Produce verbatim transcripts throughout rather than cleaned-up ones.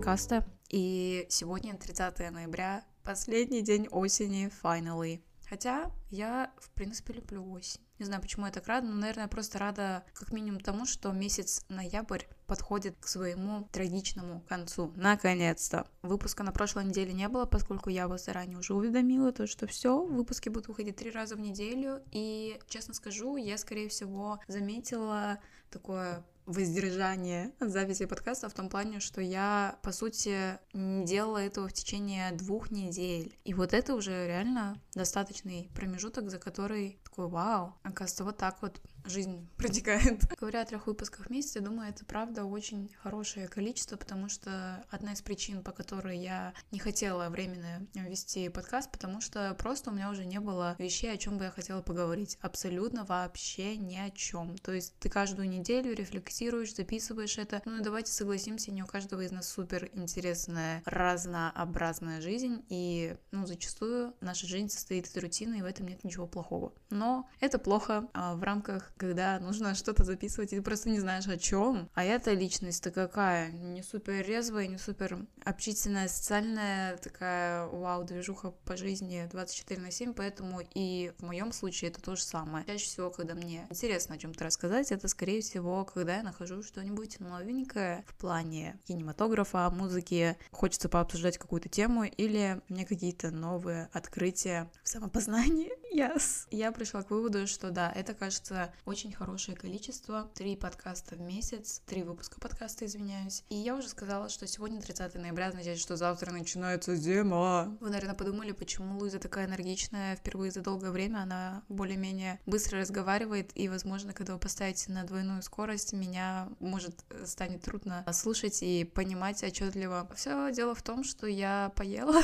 подкаста, и сегодня тридцатое ноября, последний день осени, finally. Хотя я, в принципе, люблю осень. Не знаю, почему я так рада, но, наверное, я просто рада как минимум тому, что месяц ноябрь подходит к своему трагичному концу. Наконец-то. Выпуска на прошлой неделе не было, поскольку я вас заранее уже уведомила, то что все, выпуски будут выходить три раза в неделю, и, честно скажу, я, скорее всего, заметила такое воздержание от записи подкаста в том плане, что я, по сути, не делала этого в течение двух недель. И вот это уже реально достаточный промежуток, за который такой, вау, оказывается, вот так вот жизнь протекает. Говоря о трех выпусках в месяц, я думаю, это правда очень хорошее количество, потому что одна из причин, по которой я не хотела временно вести подкаст, потому что просто у меня уже не было вещей, о чем бы я хотела поговорить. Абсолютно вообще ни о чем. То есть ты каждую неделю рефлексируешь, записываешь это. Ну и давайте согласимся, не у каждого из нас супер интересная, разнообразная жизнь, и ну зачастую наша жизнь состоит из рутины, и в этом нет ничего плохого. Но это плохо а, в рамках, когда нужно что-то записывать, и ты просто не знаешь о чем. А я-то личность-то какая? Не супер резвая, не супер общительная, социальная, такая вау-движуха по жизни двадцать четыре на семь, поэтому и в моем случае это то же самое. Чаще всего, когда мне интересно о чем-то рассказать, это, скорее всего, когда я нахожу что-нибудь новенькое в плане кинематографа, музыки, хочется пообсуждать какую-то тему, или мне какие-то новые открытия в самопознании. Yes. Я пришла к выводу, что да, это, кажется, очень хорошее количество. Три подкаста в месяц, три выпуска подкаста, извиняюсь. И я уже сказала, что сегодня тридцатое ноября, означает, что завтра начинается зима. Вы, наверное, подумали, почему Луиза такая энергичная. Впервые за долгое время она более-менее быстро разговаривает, и, возможно, когда вы поставите на двойную скорость, меня, может, станет трудно слушать и понимать отчетливо. Все дело в том, что я поела.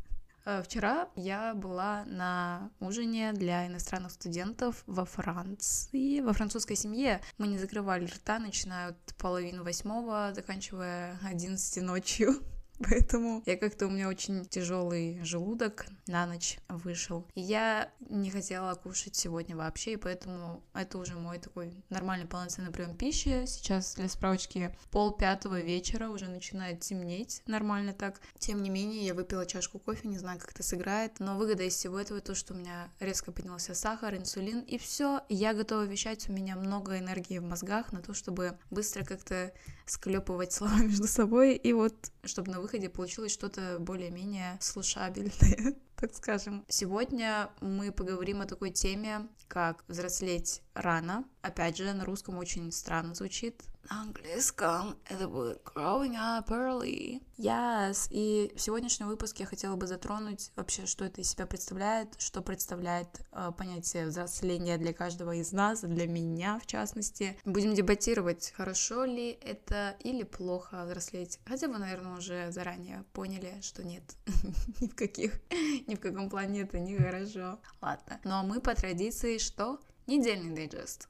Вчера я была на ужине для иностранных студентов во Франции, во французской семье. Мы не закрывали рта, начиная от половины восьмого, заканчивая одиннадцати ночью. Поэтому я как-то, у меня очень тяжелый желудок на ночь вышел. И я не хотела кушать сегодня вообще, и поэтому это уже мой такой нормальный полноценный прием пищи. Сейчас, для справочки, пол пятого вечера, уже начинает темнеть нормально так. Тем не менее, я выпила чашку кофе, не знаю, как это сыграет, но выгода из всего этого то, что у меня резко поднялся сахар, инсулин, и все. Я готова вещать, у меня много энергии в мозгах на то, чтобы быстро как-то склепывать слова между собой, и вот, чтобы на выходе получилось что-то более-менее слушабельное, так скажем. Сегодня мы поговорим о такой теме, как взрослеть рано. Опять же, на русском очень странно звучит. На английском это будет growing up early. Yes. И в сегодняшнем выпуске я хотела бы затронуть вообще, что это из себя представляет, что представляет э, понятие взросления для каждого из нас, для меня в частности. Будем дебатировать, хорошо ли это или плохо взрослеть. Хотя вы, наверное, уже заранее поняли, что нет, ни в каких, ни в каком плане это не хорошо. Ладно. Ну а мы по традиции что? Недельный дайджест.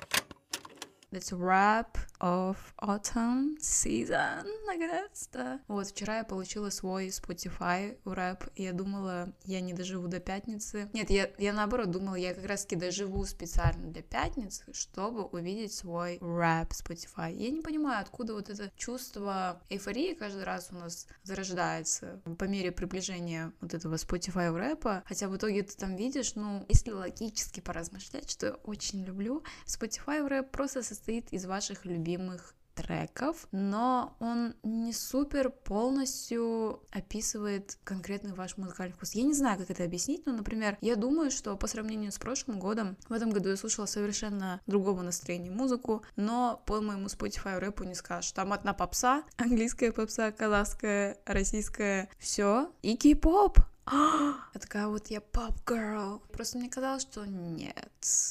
That's a wrap of autumn season, наконец-то. Вот, вчера я получила свой Spotify рэп, и я думала, я не доживу до пятницы. Нет, я, я наоборот думала, я как раз-таки доживу специально для пятницы, чтобы увидеть свой рэп Spotify. Я не понимаю, откуда вот это чувство эйфории каждый раз у нас зарождается по мере приближения вот этого Spotify рэпа, хотя в итоге ты там видишь, ну, если логически поразмышлять, что я очень люблю, Spotify рэп просто состоит из ваших любимых треков, но он не супер полностью описывает конкретный ваш музыкальный вкус. Я не знаю, как это объяснить, но, например, я думаю, что по сравнению с прошлым годом, в этом году я слушала совершенно другого настроения музыку, но по моему Spotify рэпу не скажешь. Там одна попса, английская попса, казахская, российская, все, и кей-поп. Я такая вот, я поп-герл. Просто мне казалось, что нет.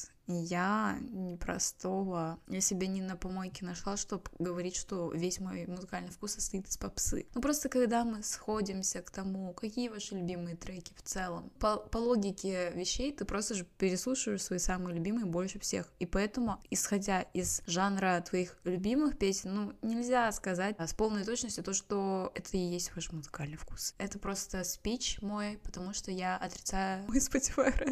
Я непростого, я себе не на помойке нашла, чтобы говорить, что весь мой музыкальный вкус состоит из попсы. Ну просто когда мы сходимся к тому, какие ваши любимые треки в целом, по, по логике вещей ты просто же переслушиваешь свои самые любимые больше всех. И поэтому, исходя из жанра твоих любимых песен, ну нельзя сказать с полной точностью то, что это и есть ваш музыкальный вкус. Это просто спич мой, потому что я отрицаю мой Spotify рэп.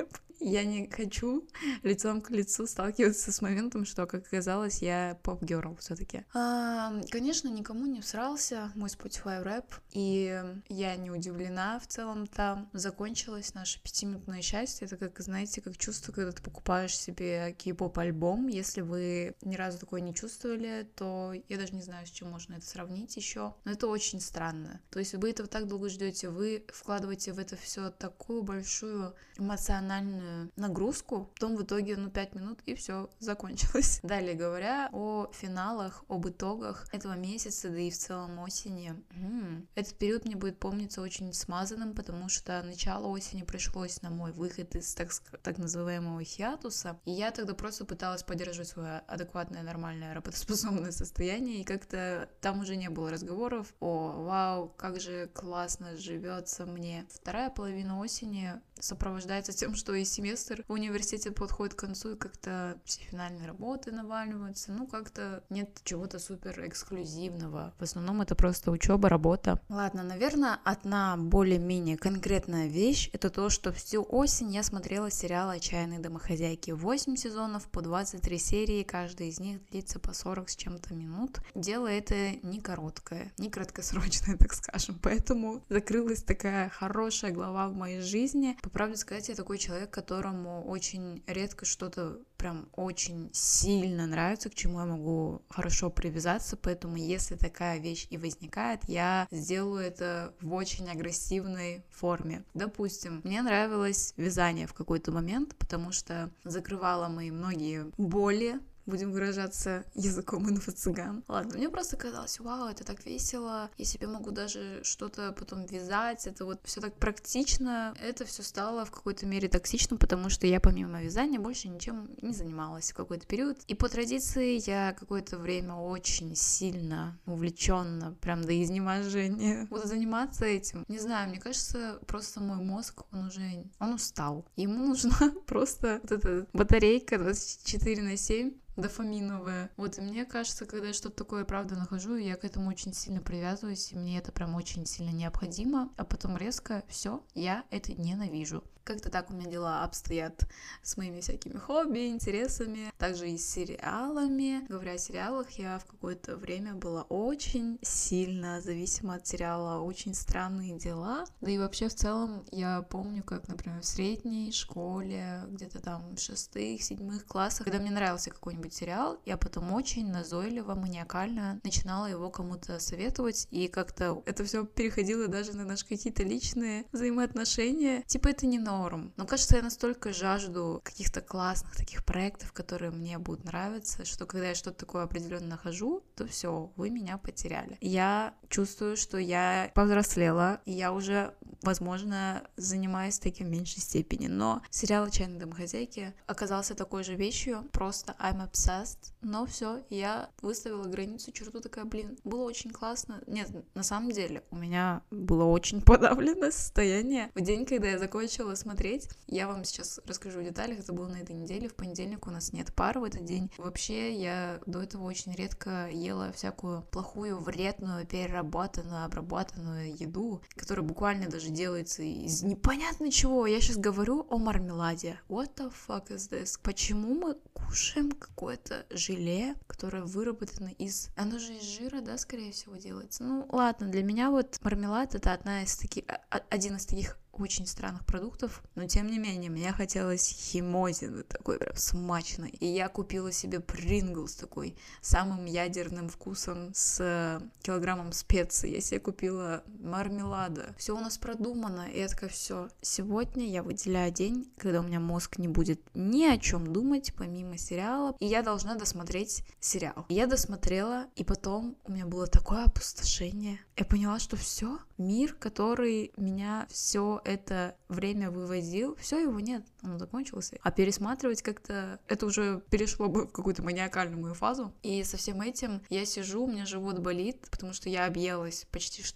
я не хочу лицом к лицу сталкиваться с моментом, что, как оказалось, я поп-герл все-таки. А, конечно, никому не всрался мой Spotify рэп, и я не удивлена в целом-то. Закончилось наше пятиминутное счастье. Это, как, знаете, как чувство, когда ты покупаешь себе кей-поп альбом. Если вы ни разу такое не чувствовали, то я даже не знаю, с чем можно это сравнить еще. Но это очень странно. То есть вы этого так долго ждете, вы вкладываете в это все такую большую эмоциональную нагрузку, потом в итоге, ну, пять минут, и все закончилось. Далее говоря о финалах, об итогах этого месяца, да и в целом осени. М-м. Этот период мне будет помниться очень смазанным, потому что начало осени пришлось на мой выход из так, так называемого хиатуса, и я тогда просто пыталась поддерживать свое адекватное, нормальное, работоспособное состояние, и как-то там уже не было разговоров о «Вау, как же классно живется мне». Вторая половина осени сопровождается тем, что и семестр в университете подходит к концу, и как-то все финальные работы наваливаются, ну как-то нет чего-то супер эксклюзивного. В основном это просто учеба, работа. Ладно, наверное, одна более-менее конкретная вещь — это то, что всю осень я смотрела сериал «Отчаянные домохозяйки». восемь сезонов по двадцать три серии, каждая из них длится по сорок с чем-то минут. Дело это не короткое, не краткосрочное, так скажем, поэтому закрылась такая хорошая глава в моей жизни. По правде сказать, я такой человек, которому очень редко что-то прям очень сильно нравится, к чему я могу хорошо привязаться, поэтому если такая вещь и возникает, я сделаю это в очень агрессивной форме. Допустим, мне нравилось вязание в какой-то момент, потому что закрывало мои многие боли, будем выражаться языком инфо-цыган. Ладно, мне просто казалось, вау, это так весело, я себе могу даже что-то потом вязать, это вот все так практично. Это все стало в какой-то мере токсичным, потому что я помимо вязания больше ничем не занималась в какой-то период. И по традиции я какое-то время очень сильно увлеченно, прям до изнеможения, буду заниматься этим. Не знаю, мне кажется, просто мой мозг, он уже, он устал. Ему нужна просто вот эта батарейка двадцать четыре на семь, дофаминовая. Вот, и мне кажется, когда я что-то такое, правда, нахожу, я к этому очень сильно привязываюсь, и мне это прям очень сильно необходимо, а потом резко все, я это ненавижу. Как-то так у меня дела обстоят с моими всякими хобби, интересами, также и с сериалами. Говоря о сериалах, я в какое-то время была очень сильно зависима от сериала «Очень странные дела». Да и вообще в целом я помню, как, например, в средней школе, где-то там в шестых, седьмых классах, когда мне нравился какой-нибудь сериал, я потом очень назойливо, маниакально начинала его кому-то советовать, и как-то это все переходило даже на наши какие-то личные взаимоотношения. Типа это не норм. Но кажется, я настолько жажду каких-то классных таких проектов, которые мне будут нравиться, что когда я что-то такое определенно нахожу, то все, вы меня потеряли. Я чувствую, что я повзрослела, и я уже, возможно, занимаюсь таким в меньшей степени. Но сериал «Отчаянные домохозяйки» оказался такой же вещью, просто I'm obsessed. Но все, я выставила границу, черту, такая, блин, было очень классно. Нет, на самом деле, у меня было очень подавленное состояние. В день, когда я закончила смотреть, я вам сейчас расскажу в деталях, это было на этой неделе, в понедельник у нас нет пар в этот день. Вообще, я до этого очень редко ела всякую плохую, вредную, переработанную, обработанную еду, которая буквально даже делается из непонятно чего. Я сейчас говорю о мармеладе. What the fuck is this? Почему мы кушаем какое-то желе, которое выработано из... Оно же из жира, да, скорее всего, делается? Ну, ладно, для меня вот мармелад — это одна из таких... один из таких очень странных продуктов, но тем не менее, мне хотелось химозины такой прям смачной, и я купила себе Принглс такой самым ядерным вкусом с килограммом специй, я себе купила мармелада, все у нас продумано, и я такая, все, сегодня я выделяю день, когда у меня мозг не будет ни о чем думать, помимо сериала, и я должна досмотреть сериал. И я досмотрела, и потом у меня было такое опустошение, я поняла, что все, мир, который меня все это время вывозил, все, его нет, он закончился. А пересматривать как-то, это уже перешло бы в какую-то маниакальную мою фазу. И со всем этим я сижу, у меня живот болит, потому что я объелась почти что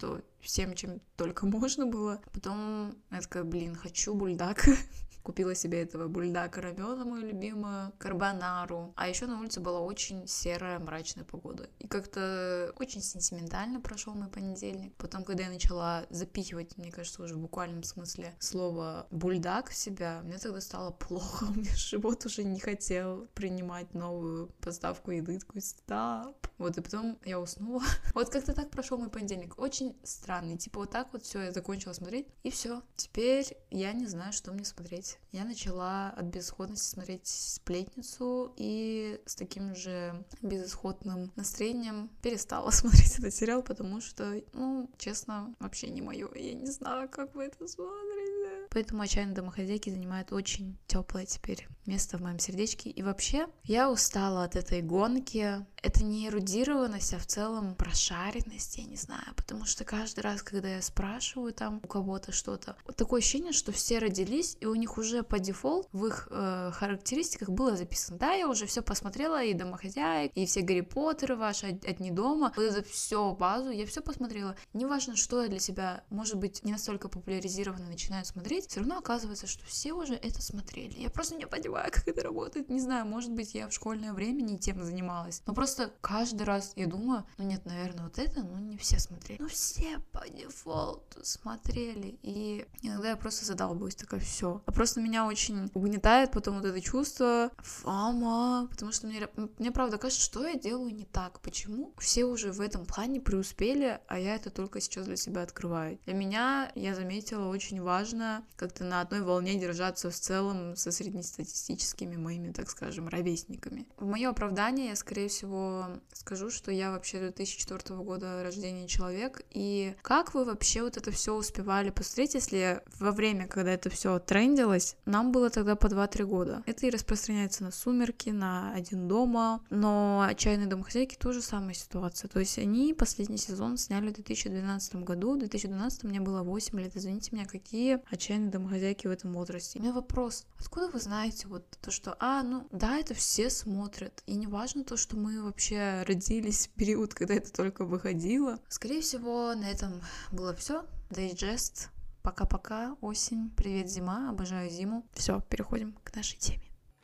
всем, чем только можно было. Потом я такая, блин, хочу бульдог. Купила себе этого бульдака рамена, мою любимую, карбонару. А еще на улице была очень серая, мрачная погода. И как-то очень сентиментально прошел мой понедельник. Потом, когда я начала запихивать, мне кажется, уже в буквальном смысле слово бульдог в себя, мне тогда стало плохо. У меня живот уже не хотел принимать новую поставку еды. Такой, стоп. Вот, и потом я уснула. Вот как-то так прошел мой понедельник. Очень странный. Типа вот так вот все, я закончила смотреть, и все. Теперь я не знаю, что мне смотреть. Я начала от безысходности смотреть «Сплетницу», и с таким же безысходным настроением перестала смотреть этот сериал, потому что, ну, честно, вообще не мое. Я не знаю, как вы это смотрите. Поэтому «Отчаянные домохозяйки» занимают очень теплое теперь место в моем сердечке. И вообще, я устала от этой гонки. Это не эрудированность, а в целом прошаренность, я не знаю. Потому что каждый раз, когда я спрашиваю там у кого-то что-то, вот такое ощущение, что все родились, и у них уже по дефолт в их э, характеристиках было записано: да, я уже все посмотрела, и «Домохозяек», и все «Гарри Поттеры» ваши, «Одни дома», вот это все базу, я все посмотрела. Неважно, что я для себя, может быть, не настолько популяризированно начинаю смотреть, все равно оказывается, что все уже это смотрели. Я просто не понимаю, как это работает, не знаю, может быть, я в школьное время не тем занималась, но просто каждый раз я думаю, ну нет, наверное, вот это, ну не все смотрели. Ну все по дефолту смотрели, и иногда я просто задалбываюсь, такая, все. А просто меня очень угнетает потом вот это чувство фома, потому что мне, мне правда кажется, что я делаю не так, почему все уже в этом плане преуспели, а я это только сейчас для себя открываю. Для меня, я заметила, очень важно как-то на одной волне держаться в целом со среднестатистическими моими, так скажем, ровесниками. В мое оправдание я, скорее всего, скажу, что я вообще две тысячи четвёртого года рождения человек, и как вы вообще вот это все успевали посмотреть, если во время, когда это все трендилось, нам было тогда по два-три года. Это и распространяется на «Сумерки», на «Один дома», но «Отчаянные домохозяйки» тоже самая ситуация. То есть они последний сезон сняли в две тысячи двенадцатом году, в две тысячи двенадцатом мне было восемь лет. Извините меня, какие «Отчаянные домохозяйки» в этом возрасте. У меня вопрос: откуда вы знаете вот то, что, а, ну, да, это все смотрят, и не важно то, что мы вообще родились в период, когда это только выходило. Скорее всего, на этом было все. Дайджест. Пока-пока, осень, привет, зима, обожаю зиму. Все, переходим к нашей теме.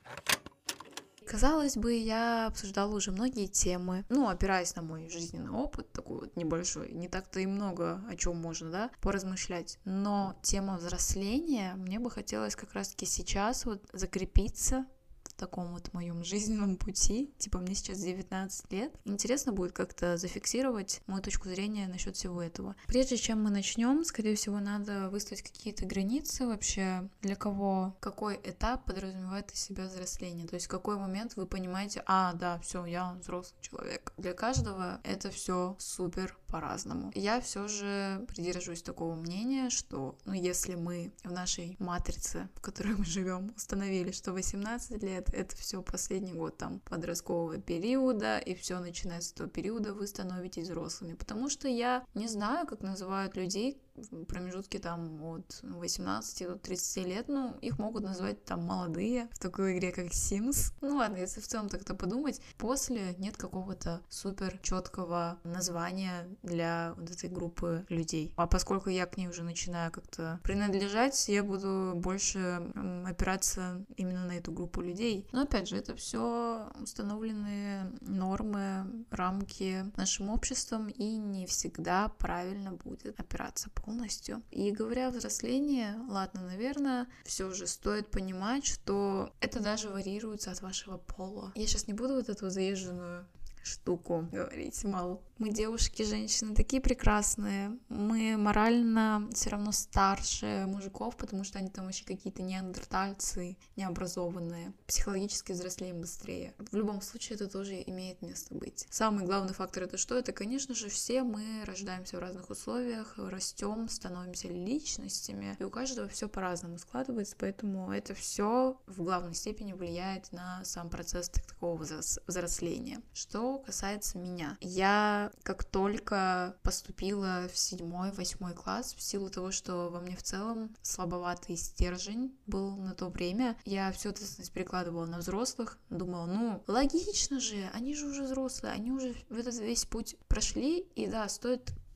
Казалось бы, я обсуждала уже многие темы, ну, опираясь на мой жизненный опыт, такой вот небольшой, не так-то и много о чем можно, да, поразмышлять. Но тема взросления, мне бы хотелось как раз-таки сейчас вот закрепиться в таком вот моем жизненном пути. Типа, мне сейчас девятнадцать лет. Интересно будет как-то зафиксировать мою точку зрения насчет всего этого. Прежде чем мы начнем, скорее всего, надо выставить какие-то границы вообще, для кого какой этап подразумевает из себя взросление. То есть в какой момент вы понимаете, а, да, все, я взрослый человек. Для каждого это все супер по-разному. Я все же придерживаюсь такого мнения, что, ну, если мы в нашей матрице, в которой мы живем, установили, что восемнадцать лет это все последний год там подросткового периода, и все начиная с этого периода вы становитесь взрослыми. Потому что я не знаю, как называют людей в промежутке там от восемнадцати до тридцати лет, ну, их могут назвать там молодые в такой игре, как Sims. Ну ладно, если в целом так-то подумать, после нет какого-то супер четкого названия для вот этой группы людей. А поскольку я к ней уже начинаю как-то принадлежать, я буду больше опираться именно на эту группу людей. Но опять же, это все установленные нормы, рамки нашим обществом, и не всегда правильно будет опираться полностью. И говоря о взрослении, ладно, наверное, все же стоит понимать, что это даже варьируется от вашего пола. Я сейчас не буду вот эту заезженную штуку говорить, мол, мы девушки, женщины такие прекрасные, мы морально все равно старше мужиков, потому что они там вообще какие-то неандертальцы, необразованные, психологически взрослеем быстрее. В любом случае это тоже имеет место быть. Самый главный фактор — это что? Это, конечно же, все мы рождаемся в разных условиях, растем, становимся личностями, и у каждого все по-разному складывается, поэтому это все в главной степени влияет на сам процесс такого взросления. Что касается меня, я как только поступила в седьмой, восьмой класс, в силу того, что во мне в целом слабоватый стержень был на то время, я всю ответственность перекладывала на взрослых, думала, ну, логично же, они же уже взрослые, они уже в этот весь путь прошли, и да, стоит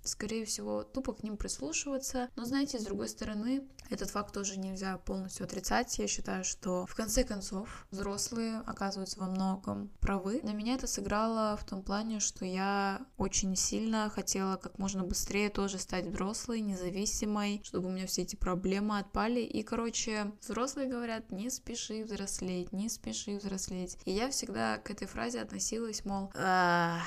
скорее всего, тупо к ним прислушиваться. Но, знаете, с другой стороны, этот факт тоже нельзя полностью отрицать. Я считаю, что в конце концов взрослые оказываются во многом правы. На меня это сыграло в том плане, что я очень сильно хотела как можно быстрее тоже стать взрослой, независимой, чтобы у меня все эти проблемы отпали. И, короче, взрослые говорят, не спеши взрослеть, не спеши взрослеть. И я всегда к этой фразе относилась, мол, «Ah,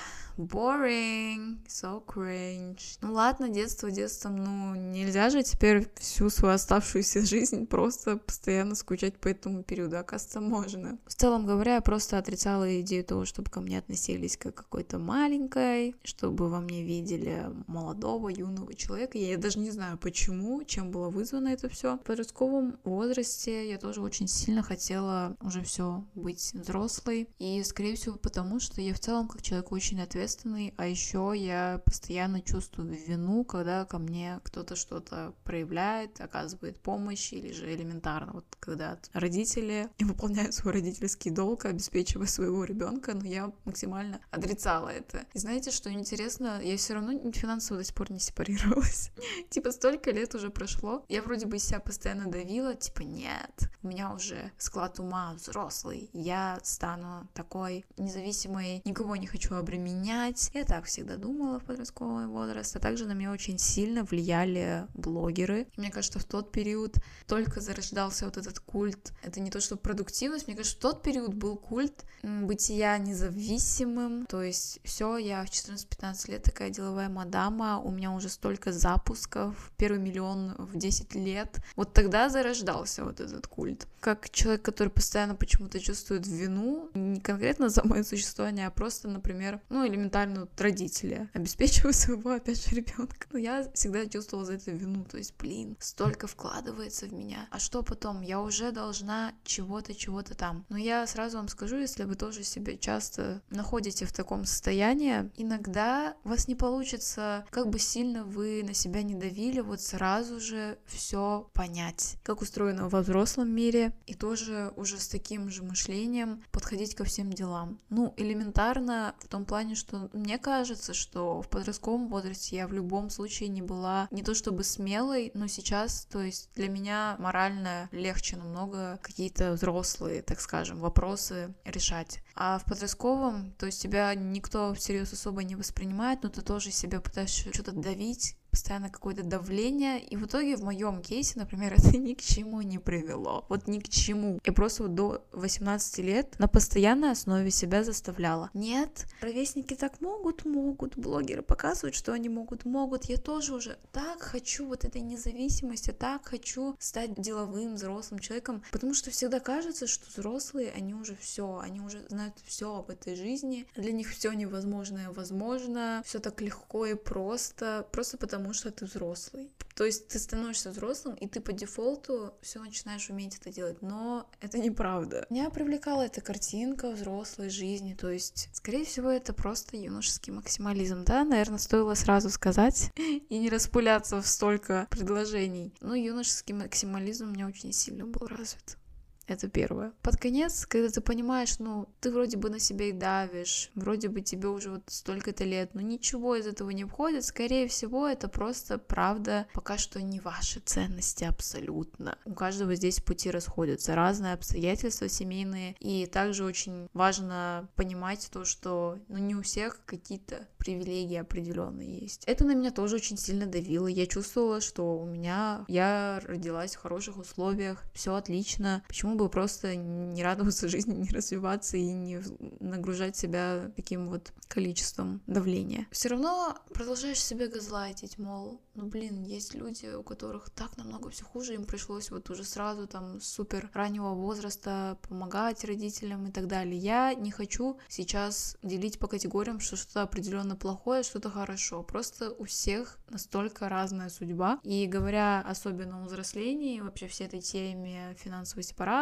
boring, so cringe». Ну ладно, детство детством, ну нельзя же теперь всю свою оставшуюся жизнь просто постоянно скучать по этому периоду, оказывается, можно. В целом говоря, я просто отрицала идею того, чтобы ко мне относились как к какой-то маленькой, чтобы во мне видели молодого, юного человека. Я даже не знаю почему, чем было вызвано это все. В подростковом возрасте я тоже очень сильно хотела уже все быть взрослой, и скорее всего потому, что я в целом как человек очень ответственный, а еще я постоянно чувствую вину, когда ко мне кто-то что-то проявляет, оказывает помощь, или же элементарно, вот когда родители выполняют свой родительский долг, обеспечивая своего ребенка, но я максимально отрицала это. И знаете, что интересно, я все равно финансово до сих пор не сепарировалась. Типа столько лет уже прошло, я вроде бы из себя постоянно давила, типа нет, у меня уже склад ума взрослый, я стану такой независимой, никого не хочу обременять. Я так всегда думала в подростковый возраст, а также на меня очень сильно влияли блогеры. И мне кажется, в тот период только зарождался вот этот культ. Это не то, что продуктивность, мне кажется, в тот период был культ бытия независимым. То есть все, я в четырнадцать-пятнадцать лет такая деловая мадама, у меня уже столько запусков, первый миллион в десять лет. Вот тогда зарождался вот этот культ. Как человек, который постоянно почему-то чувствует вину, не конкретно за мое существование, а просто, например, ну, элементарно вот родители обеспечивают своего, опять же, ребенка. Но я всегда чувствовала за это вину, то есть, блин, столько вкладывается в меня, а что потом? Я уже должна чего-то, чего-то там. Но я сразу вам скажу, если вы тоже себя часто находите в таком состоянии, иногда у вас не получится, как бы сильно вы на себя не давили, вот сразу же все понять, как устроено во взрослом мире, и тоже уже с таким же мышлением подходить ко всем делам. Ну, элементарно в том плане, что мне кажется, что в подростковом возрасте я в любом случае не была не то чтобы смелой, но сейчас, то есть для меня морально легче намного какие-то взрослые, так скажем, вопросы решать. А в подростковом, то есть тебя никто всерьез особо не воспринимает, но ты тоже себя пытаешься что-то давить, постоянно какое-то давление, и в итоге в моем кейсе, например, это ни к чему не привело, вот ни к чему. Я просто вот до восемнадцати лет на постоянной основе себя заставляла. Нет, ровесники так могут, могут, блогеры показывают, что они могут, могут, я тоже уже так хочу вот этой независимости, так хочу стать деловым, взрослым человеком, потому что всегда кажется, что взрослые, они уже все, они уже знают все об этой жизни, для них все невозможное возможно, все так легко и просто, просто потому потому что ты взрослый. То есть ты становишься взрослым, и ты по дефолту все начинаешь уметь это делать, но это неправда. Меня привлекала эта картинка взрослой жизни, то есть, скорее всего, это просто юношеский максимализм, да, наверное, стоило сразу сказать и не распыляться в столько предложений. Но юношеский максимализм у меня очень сильно был развит. Это первое. Под конец, когда ты понимаешь, ну, ты вроде бы на себя и давишь, вроде бы тебе уже вот столько-то лет, но ничего из этого не входит, скорее всего, это просто, правда, пока что не ваши ценности абсолютно. У каждого здесь пути расходятся, разные обстоятельства семейные, и также очень важно понимать то, что, ну, не у всех какие-то привилегии определенные есть. Это на меня тоже очень сильно давило. Я чувствовала, что у меня, я родилась в хороших условиях, все отлично. Почему бы просто не радоваться жизни, не развиваться и не нагружать себя таким вот количеством давления? Все равно продолжаешь себя газлайтить, мол, ну блин, есть люди, у которых так намного все хуже, им пришлось вот уже сразу там с супер раннего возраста помогать родителям и так далее. Я не хочу сейчас делить по категориям, что что-то определенно плохое, что-то хорошо. Просто у всех настолько разная судьба. И говоря особенно о взрослении, вообще всей этой теме финансовой сепарации,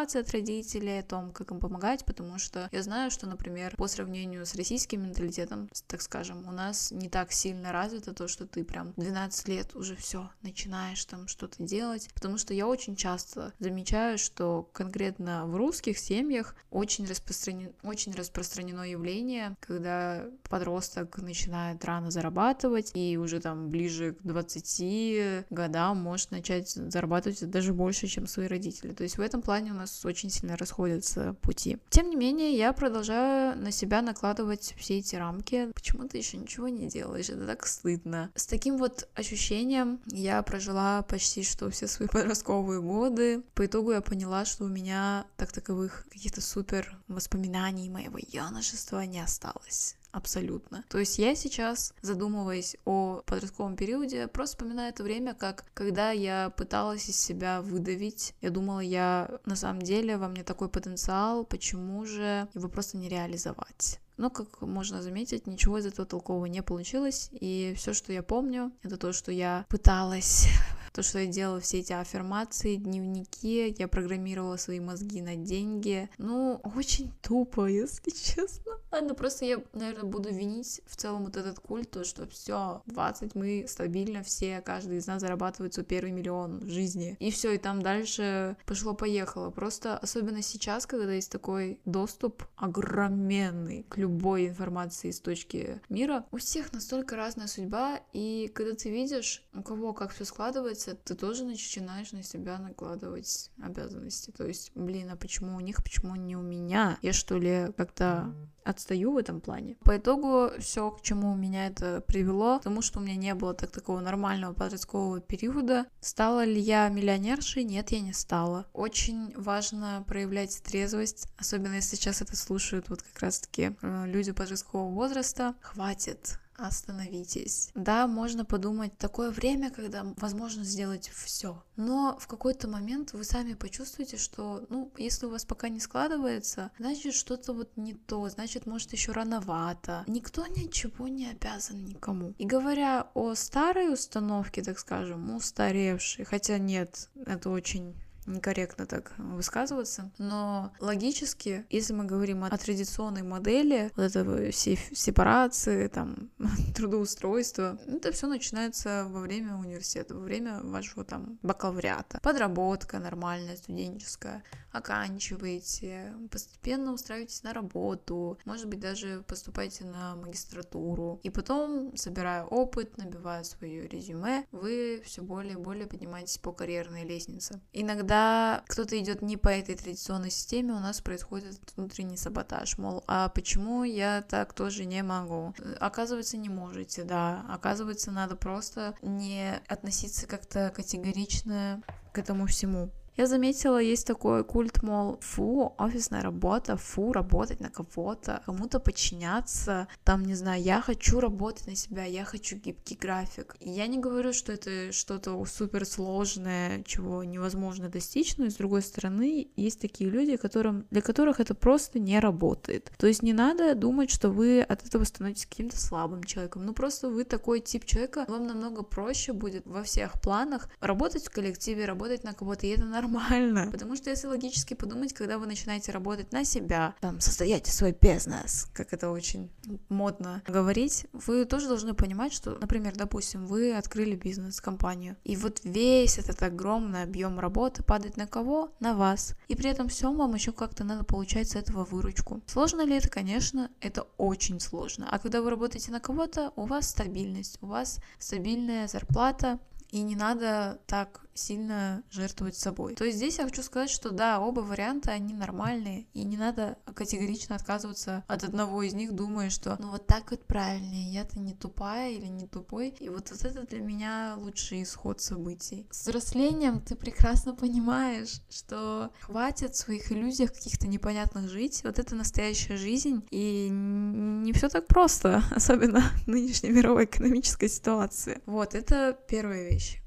мотивации от родителей, о том, как им помогать, потому что я знаю, что, например, по сравнению с российским менталитетом, так скажем, у нас не так сильно развито то, что ты прям двенадцать лет уже все начинаешь там что-то делать, потому что я очень часто замечаю, что конкретно в русских семьях очень распространено, очень распространено явление, когда подросток начинает рано зарабатывать и уже там ближе к двадцати годам может начать зарабатывать даже больше, чем свои родители. То есть в этом плане у нас очень сильно расходятся пути. Тем не менее, я продолжаю на себя накладывать все эти рамки. Почему ты еще ничего не делаешь? Это так стыдно. С таким вот ощущением я прожила почти что все свои подростковые годы. По итогу я поняла, что у меня так таковых каких-то супер воспоминаний моего юношества не осталось. Абсолютно. То есть я сейчас, задумываясь о подростковом периоде, просто вспоминаю это время, как когда я пыталась из себя выдавить. Я думала, я на самом деле во мне такой потенциал, почему же его просто не реализовать? Но, как можно заметить, ничего из этого толкового не получилось, и все, что я помню, это то, что я пыталась, то, что я делала все эти аффирмации, дневники, я программировала свои мозги на деньги. Ну, очень тупо, если честно. Ладно, просто я, наверное, буду винить в целом вот этот культ, то, что все, двадцать, мы стабильно все, каждый из нас зарабатывает свой первый миллион в жизни. И все, и там дальше пошло-поехало. Просто особенно сейчас, когда есть такой доступ огроменный к любой информации из точки мира, у всех настолько разная судьба, и когда ты видишь, у кого как все складывается, ты тоже начинаешь на себя накладывать обязанности. То есть, блин, а почему у них, почему не у меня? Я что ли как-то отстаю в этом плане? По итогу все, к чему меня это привело, потому что у меня не было так такого нормального подросткового периода. Стала ли я миллионершей? Нет, я не стала. Очень важно проявлять трезвость, особенно если сейчас это слушают вот как раз-таки люди подросткового возраста. Хватит. Остановитесь. Да, можно подумать, такое время, когда возможно сделать все. Но в какой-то момент вы сами почувствуете, что, ну, если у вас пока не складывается, значит, что-то вот не то, значит, может, еще рановато. Никто ничего не обязан никому. И говоря о старой установке, так скажем, устаревшей, хотя нет, это очень некорректно так высказываться, но логически, если мы говорим о традиционной модели, вот этого сепарации, там, трудоустройства, это все начинается во время университета, во время вашего там бакалавриата. Подработка нормальная, студенческая, оканчиваете, постепенно устраиваетесь на работу, может быть, даже поступаете на магистратуру, и потом, собирая опыт, набивая свое резюме, вы все более и более поднимаетесь по карьерной лестнице. Иногда Когда кто-то идет не по этой традиционной системе, у нас происходит внутренний саботаж, мол, а почему я так тоже не могу? Оказывается, не можете, да, оказывается, надо просто не относиться как-то категорично к этому всему. Я заметила, есть такой культ, мол, фу, офисная работа, фу, работать на кого-то, кому-то подчиняться, там, не знаю, я хочу работать на себя, я хочу гибкий график. И я не говорю, что это что-то суперсложное, чего невозможно достичь, но, с другой стороны, есть такие люди, которым, для которых это просто не работает. То есть не надо думать, что вы от этого становитесь каким-то слабым человеком, ну просто вы такой тип человека, вам намного проще будет во всех планах работать в коллективе, работать на кого-то, и это нормально. Нормально. Потому что если логически подумать, когда вы начинаете работать на себя, там, создать свой бизнес, как это очень модно говорить, вы тоже должны понимать, что, например, допустим, вы открыли бизнес-компанию, и вот весь этот огромный объем работы падает на кого? На вас. И при этом всем вам еще как-то надо получать с этого выручку. Сложно ли это? Конечно, это очень сложно. А когда вы работаете на кого-то, у вас стабильность, у вас стабильная зарплата, и не надо так сильно жертвовать собой. То есть здесь я хочу сказать, что да, оба варианта, они нормальные, и не надо категорично отказываться от одного из них, думая, что ну вот так вот правильнее, я-то не тупая или не тупой, и вот, вот это для меня лучший исход событий. С взрослением ты прекрасно понимаешь, что хватит в своих иллюзиях каких-то непонятных жить, вот это настоящая жизнь, и не все так просто, особенно в нынешней мировой экономической ситуации. Вот, это первая вещь.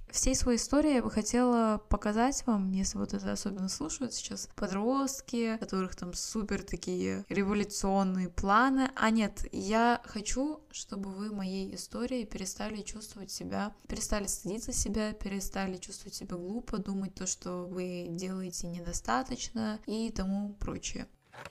всей своей историей я бы хотела показать вам, если вот это особенно слушают сейчас подростки, у которых там супер такие революционные планы. А нет, я хочу, чтобы вы моей историей перестали чувствовать себя, перестали стыдиться себя, перестали чувствовать себя глупо, думать то, что вы делаете недостаточно и тому прочее.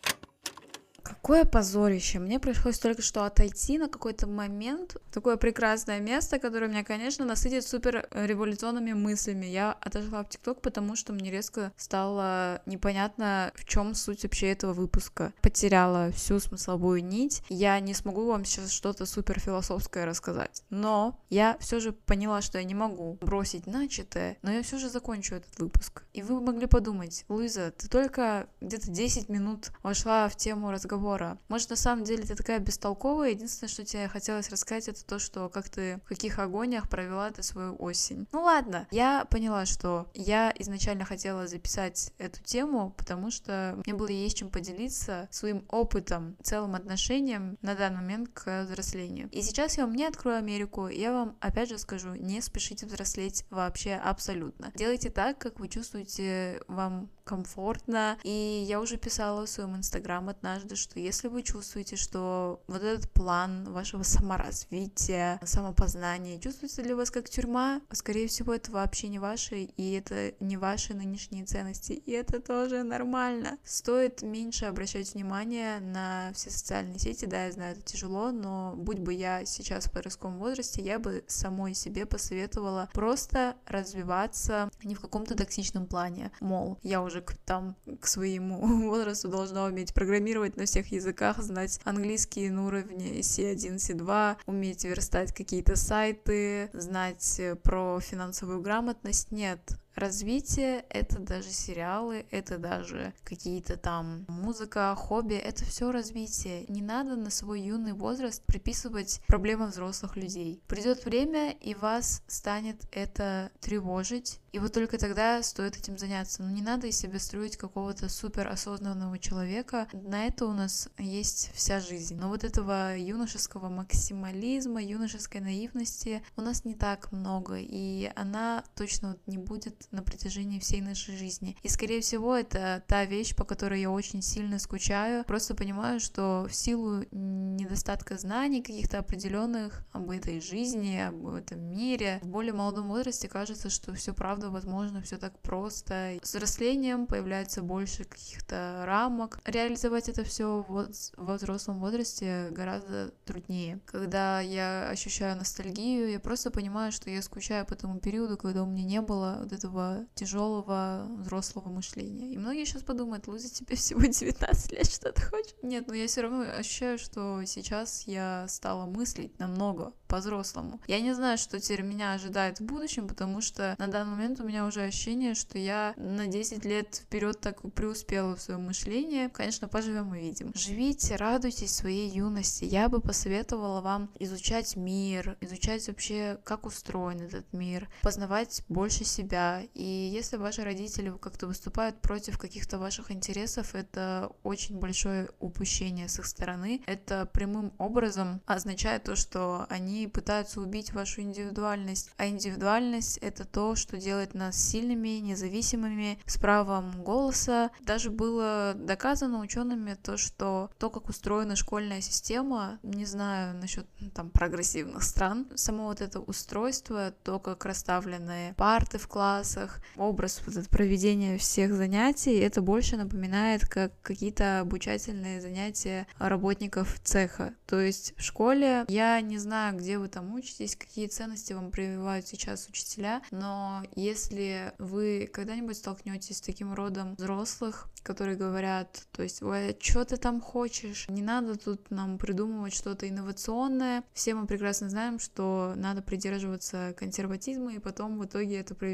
Какое позорище. Мне пришлось только что отойти на какой-то момент в такое прекрасное место, которое меня, конечно, насытит супер революционными мыслями. Я отошла в ТикТок, потому что мне резко стало непонятно, в чем суть вообще этого выпуска. Потеряла всю смысловую нить. Я не смогу вам сейчас что-то супер философское рассказать. Но я все же поняла, что я не могу бросить начатое, но я все же закончу этот выпуск. И вы могли подумать: Луиза, ты только где-то десять минут вошла в тему разговора. Может, на самом деле ты такая бестолковая, единственное, что тебе хотелось рассказать, это то, что как ты, в каких агониях провела ты свою осень. Ну ладно, я поняла, что я изначально хотела записать эту тему, потому что мне было есть чем поделиться своим опытом, целым отношением на данный момент к взрослению. И сейчас я вам не открою Америку, я вам опять же скажу: не спешите взрослеть вообще абсолютно. Делайте так, как вы чувствуете вам комфортно. И я уже писала в своем инстаграм однажды, что если вы чувствуете, что вот этот план вашего саморазвития, самопознания чувствуется для вас как тюрьма, скорее всего, это вообще не ваше, и это не ваши нынешние ценности, и это тоже нормально. Стоит меньше обращать внимание на все социальные сети. Да, я знаю, это тяжело, но будь бы я сейчас в подростковом возрасте, я бы самой себе посоветовала просто развиваться не в каком-то токсичном плане. Мол, я уже к, там к своему возрасту должна уметь программировать на всех языках, знать английский на уровне си один, си два, уметь верстать какие-то сайты, знать про финансовую грамотность. Нет. Развитие — это даже сериалы, это даже какие-то там музыка, хобби, это все развитие. Не надо на свой юный возраст приписывать проблемы взрослых людей. Придет время, и вас станет это тревожить, и вот только тогда стоит этим заняться. Но не надо из себя строить какого-то суперосознанного человека. На это у нас есть вся жизнь. Но вот этого юношеского максимализма, юношеской наивности у нас не так много, и она точно вот не будет на протяжении всей нашей жизни. И, скорее всего, это та вещь, по которой я очень сильно скучаю. Просто понимаю, что в силу недостатка знаний каких-то определенных об этой жизни, об этом мире, в более молодом возрасте кажется, что все правда возможно, все так просто. С взрослением появляется больше каких-то рамок. Реализовать это все вот во взрослом возрасте гораздо труднее. Когда я ощущаю ностальгию, я просто понимаю, что я скучаю по тому периоду, когда у меня не было вот этого тяжелого взрослого мышления. И многие сейчас подумают: Луза, тебе всего девятнадцать лет, что ты хочешь? Нет, но я все равно ощущаю, что сейчас я стала мыслить намного по-взрослому. Я не знаю, что теперь меня ожидает в будущем, потому что на данный момент у меня уже ощущение, что я на десять лет вперед так преуспела в своем мышлении. Конечно, поживем и видим. Живите, радуйтесь своей юности. Я бы посоветовала вам изучать мир, изучать вообще, как устроен этот мир, познавать больше себя. И если ваши родители как-то выступают против каких-то ваших интересов, это очень большое упущение с их стороны. Это прямым образом означает то, что они пытаются убить вашу индивидуальность. А индивидуальность — это то, что делает нас сильными, независимыми, с правом голоса. Даже было доказано учеными то, что то, как устроена школьная система, не знаю насчет там прогрессивных стран, само вот это устройство, то, как расставлены парты в классах, образ вот это проведения всех занятий, это больше напоминает как какие-то обучательные занятия работников цеха. То есть в школе, я не знаю, где вы там учитесь, какие ценности вам прививают сейчас учителя, но если вы когда-нибудь столкнетесь с таким родом взрослых, которые говорят, то есть: ой, что ты там хочешь? Не надо тут нам придумывать что-то инновационное. Все мы прекрасно знаем, что надо придерживаться консерватизма, и потом в итоге это приведет вас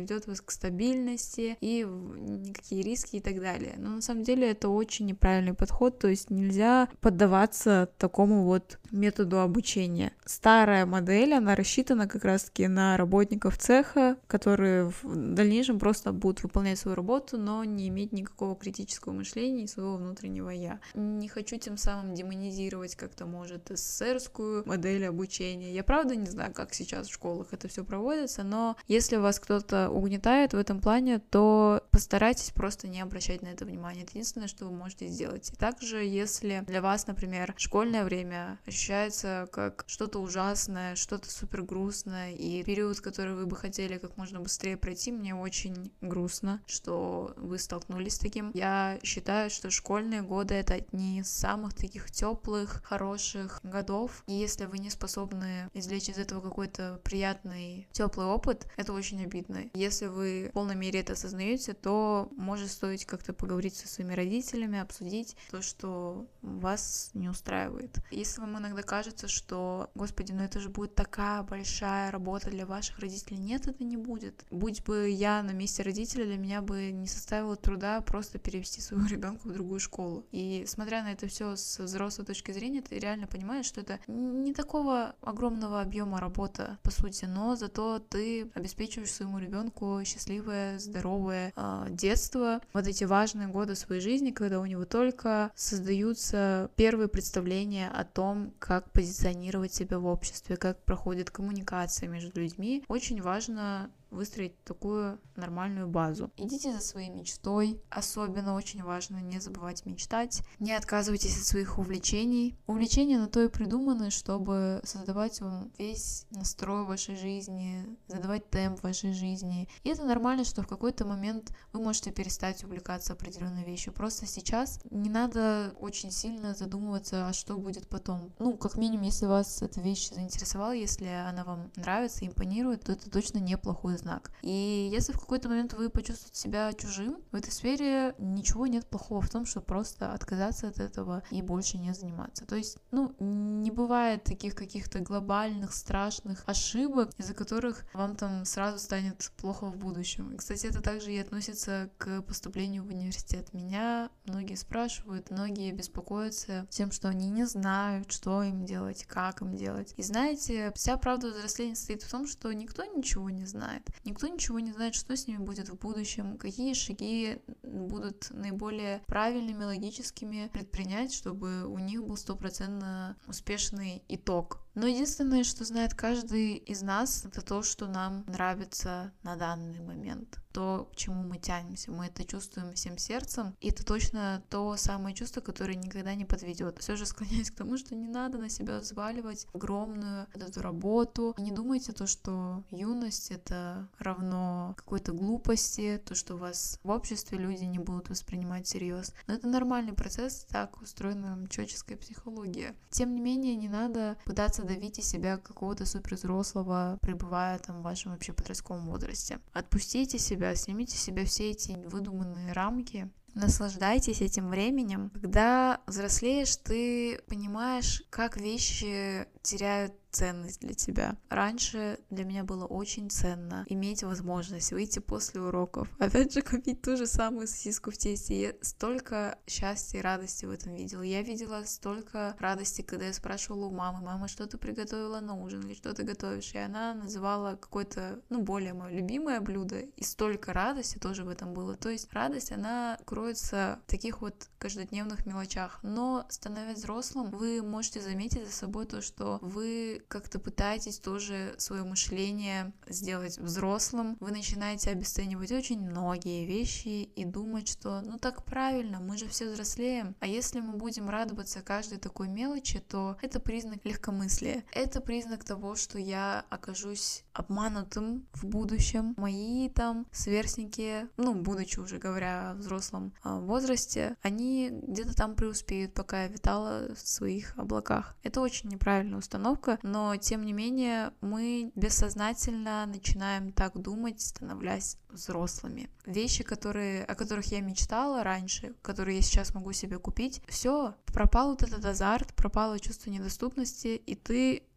к стабильности и никакие риски и так далее. Но на самом деле это очень неправильный подход, то есть нельзя поддаваться такому вот методу обучения. Старая модель, она рассчитана как раз-таки на работников цеха, которые в дальнейшем просто будут выполнять свою работу, но не иметь никакого критического мышления и своего внутреннего «я». Не хочу тем самым демонизировать как-то, может, эсэсэрскую модель обучения. Я правда не знаю, как сейчас в школах это все проводится, но если вас кто-то угнетает в этом плане, то постарайтесь просто не обращать на это внимания. Это единственное, что вы можете сделать. И также, если для вас, например, школьное время ощущается как что-то ужасное, что-то супер грустное, и период, который вы бы хотели как можно быстрее пройти, мне очень грустно, что вы столкнулись с таким. Я считаю, что школьные годы — это одни из самых таких теплых, хороших годов, и если вы не способны извлечь из этого какой-то приятный, теплый опыт, это очень обидно. Если вы в полной мере это осознаете, то может стоить как-то поговорить со своими родителями, обсудить то, что вас не устраивает. Если вам иногда кажется, что, господи, ну это же будет такая большая работа для ваших родителей, нет, это не будет. Будь бы я на месте родителя, для меня бы не составило труда просто перевести своего ребенка в другую школу. И смотря на это все с взрослой точки зрения, ты реально понимаешь, что это не такого огромного объема работа, по сути, но зато ты обеспечиваешь своему ребенку счастливое, здоровое э, детство, вот эти важные годы своей жизни, когда у него только создаются первые представления о том, как позиционировать себя в обществе, как проходит коммуникация между людьми. Очень важно выстроить такую нормальную базу. Идите за своей мечтой. Особенно очень важно не забывать мечтать. Не отказывайтесь от своих увлечений. Увлечения на то и придуманы, чтобы создавать вам весь настрой вашей жизни, задавать темп вашей жизни. И это нормально, что в какой-то момент вы можете перестать увлекаться определенной вещью. Просто сейчас не надо очень сильно задумываться, а что будет потом. Ну, как минимум, если вас эта вещь заинтересовала, если она вам нравится, импонирует, то это точно неплохой знак. И если в какой-то момент вы почувствуете себя чужим в этой сфере, ничего нет плохого в том, чтобы просто отказаться от этого и больше не заниматься. То есть, ну, не бывает таких каких-то глобальных, страшных ошибок, из-за которых вам там сразу станет плохо в будущем. И, кстати, это также и относится к поступлению в университет. Меня многие спрашивают, многие беспокоятся тем, что они не знают, что им делать, как им делать. И знаете, вся правда взросления состоит в том, что никто ничего не знает. Никто ничего не знает, что с ними будет в будущем, какие шаги будут наиболее правильными, логическими предпринять, чтобы у них был стопроцентно успешный итог. Но единственное, что знает каждый из нас, это то, что нам нравится на данный момент. То, к чему мы тянемся. Мы это чувствуем всем сердцем. И это точно то самое чувство, которое никогда не подведет. Все же склоняюсь к тому, что не надо на себя взваливать огромную вот эту работу. И не думайте то, что юность — это равно какой-то глупости, то, что вас в обществе люди не будут воспринимать всерьез. Но это нормальный процесс, так устроена человеческая психология. Тем не менее, не надо пытаться давить из себя какого-то супервзрослого, пребывая там в вашем вообще подростковом возрасте. Отпустите себя, снимите с себя все эти выдуманные рамки. Наслаждайтесь этим временем. Когда взрослеешь, ты понимаешь, как вещи теряют ценность для тебя. Раньше для меня было очень ценно иметь возможность выйти после уроков, опять же купить ту же самую сосиску в тесте. Я столько счастья и радости в этом видела. Я видела столько радости, когда я спрашивала у мамы: мама, что ты приготовила на ужин, или что ты готовишь? И она называла какое-то, ну, более мое любимое блюдо, и столько радости тоже в этом было. То есть радость, она кроется в таких вот каждодневных мелочах. Но, становясь взрослым, вы можете заметить за собой то, что вы как-то пытаетесь тоже свое мышление сделать взрослым, вы начинаете обесценивать очень многие вещи и думать, что ну так правильно, мы же все взрослеем. А если мы будем радоваться каждой такой мелочи, то это признак легкомыслия. Это признак того, что я окажусь обманутым в будущем. Мои там сверстники, ну, будучи уже говоря в взрослом возрасте, они где-то там преуспеют, пока я витала в своих облаках. Это очень неправильная установка, но тем не менее мы бессознательно начинаем так думать, становляясь взрослыми. Вещи, которые, о которых я мечтала раньше, которые я сейчас могу себе купить, все, пропал вот этот азарт, пропало чувство недоступности, и ты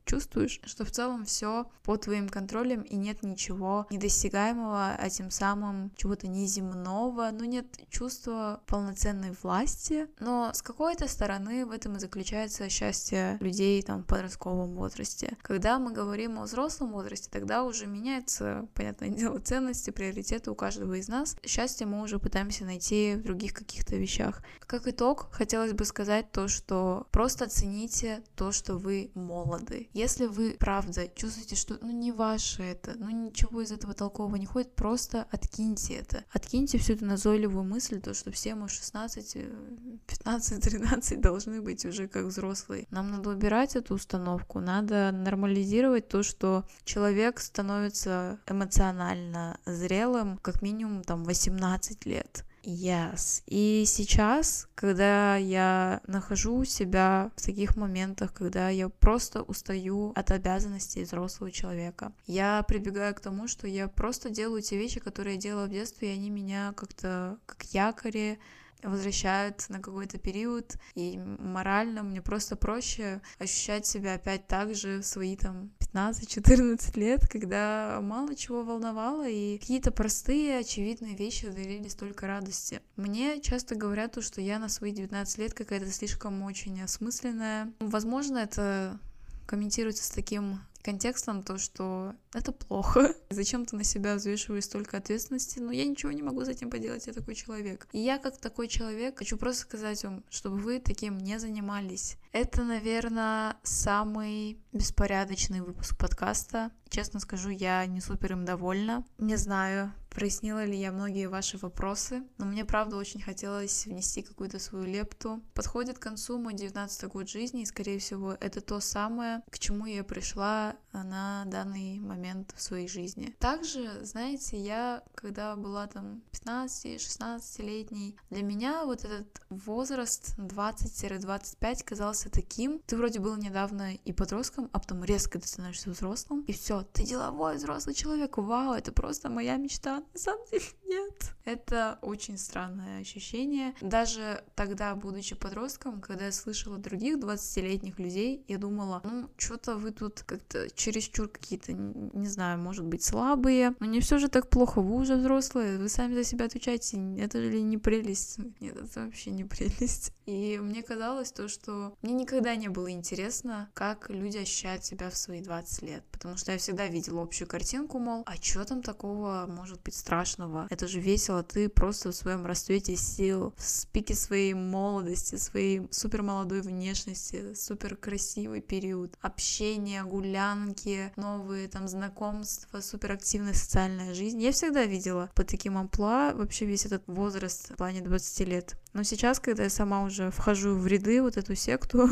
чувствуешь, что в целом все под твоим контролем и нет ничего недостигаемого, а тем самым чего-то неземного, но нет чувства полноценной власти. Но с какой-то стороны в этом и заключается счастье людей там в подростковом возрасте. Когда мы говорим о взрослом возрасте, тогда уже меняется, понятное дело, ценности, приоритеты у каждого из нас. Счастье мы уже пытаемся найти в других каких-то вещах. Как итог, хотелось бы сказать то, что просто оцените то, что вы молоды. Если вы, правда, чувствуете, что ну не ваше это, ну ничего из этого толкового не ходит, просто откиньте это. Откиньте всю эту назойливую мысль, то, что все мы в шестнадцать, пятнадцать, тринадцать должны быть уже как взрослые. Нам надо убирать эту установку, надо нормализировать то, что человек становится эмоционально зрелым как минимум там восемнадцать лет. Yes. И сейчас, когда я нахожу себя в таких моментах, когда я просто устаю от обязанностей взрослого человека, я прибегаю к тому, что я просто делаю те вещи, которые я делала в детстве, и они меня как-то как якори возвращают на какой-то период, и морально мне просто проще ощущать себя опять так же в свои там пятнадцать-четырнадцать лет, когда мало чего волновало, и какие-то простые, очевидные вещи дарили столько радости. Мне часто говорят, то, что я на свои девятнадцать лет какая-то слишком очень осмысленная. Возможно, это комментируется с таким контекстом, то, что это плохо. Зачем ты на себя взвешиваешь столько ответственности? Но я ничего не могу с этим поделать, я такой человек. И я, как такой человек, хочу просто сказать вам, чтобы вы таким не занимались. Это, наверное, самый беспорядочный выпуск подкаста. Честно скажу, я не супер им довольна. Не знаю, прояснила ли я многие ваши вопросы, но мне, правда, очень хотелось внести какую-то свою лепту. Подходит к концу мой девятнадцатый год жизни, и, скорее всего, это то самое, к чему я пришла на данный момент в своей жизни. Также, знаете, я, когда была там пятнадцати-шестнадцатилетней, для меня вот этот возраст двадцать-двадцать пять казался таким: ты вроде был недавно и подростком, а потом резко ты становишься взрослым, и все, ты деловой взрослый человек, вау, это просто моя мечта. На самом деле нет. Это очень странное ощущение. Даже тогда, будучи подростком, когда я слышала других двадцатилетних людей, я думала, ну, что-то вы тут как-то чересчур какие-то, не знаю, может быть, слабые, но не все же так плохо, вы уже взрослые, вы сами за себя отвечаете, это же не прелесть. Нет, это вообще не прелесть. И мне казалось то, что мне никогда не было интересно, как люди ощущают себя в свои двадцать лет, потому что я всегда видела общую картинку, мол, а что там такого может быть страшного? Это же весело, ты просто в своем расцвете сил, в пике своей молодости, своей супер молодой внешности, супер красивый период общения, гулянки, новые там знакомства, супер активная социальная жизнь. Я всегда видела под таким амплуа вообще весь этот возраст в плане двадцати лет. Но сейчас, когда я сама уже вхожу в ряды, вот эту секту,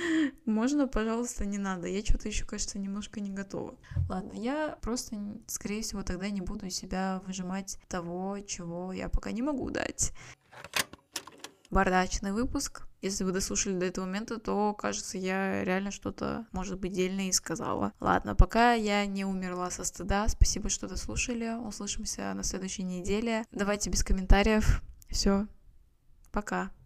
можно, пожалуйста, не надо. Я что-то еще, кажется, немножко не готова. Ладно, я просто, скорее всего, тогда не буду из себя выжимать того, чего я пока не могу дать. Бардачный выпуск. Если вы дослушали до этого момента, то, кажется, я реально что-то, может быть, дельное и сказала. Ладно, пока я не умерла со стыда, спасибо, что дослушали. Услышимся на следующей неделе. Давайте без комментариев. Все. Пока.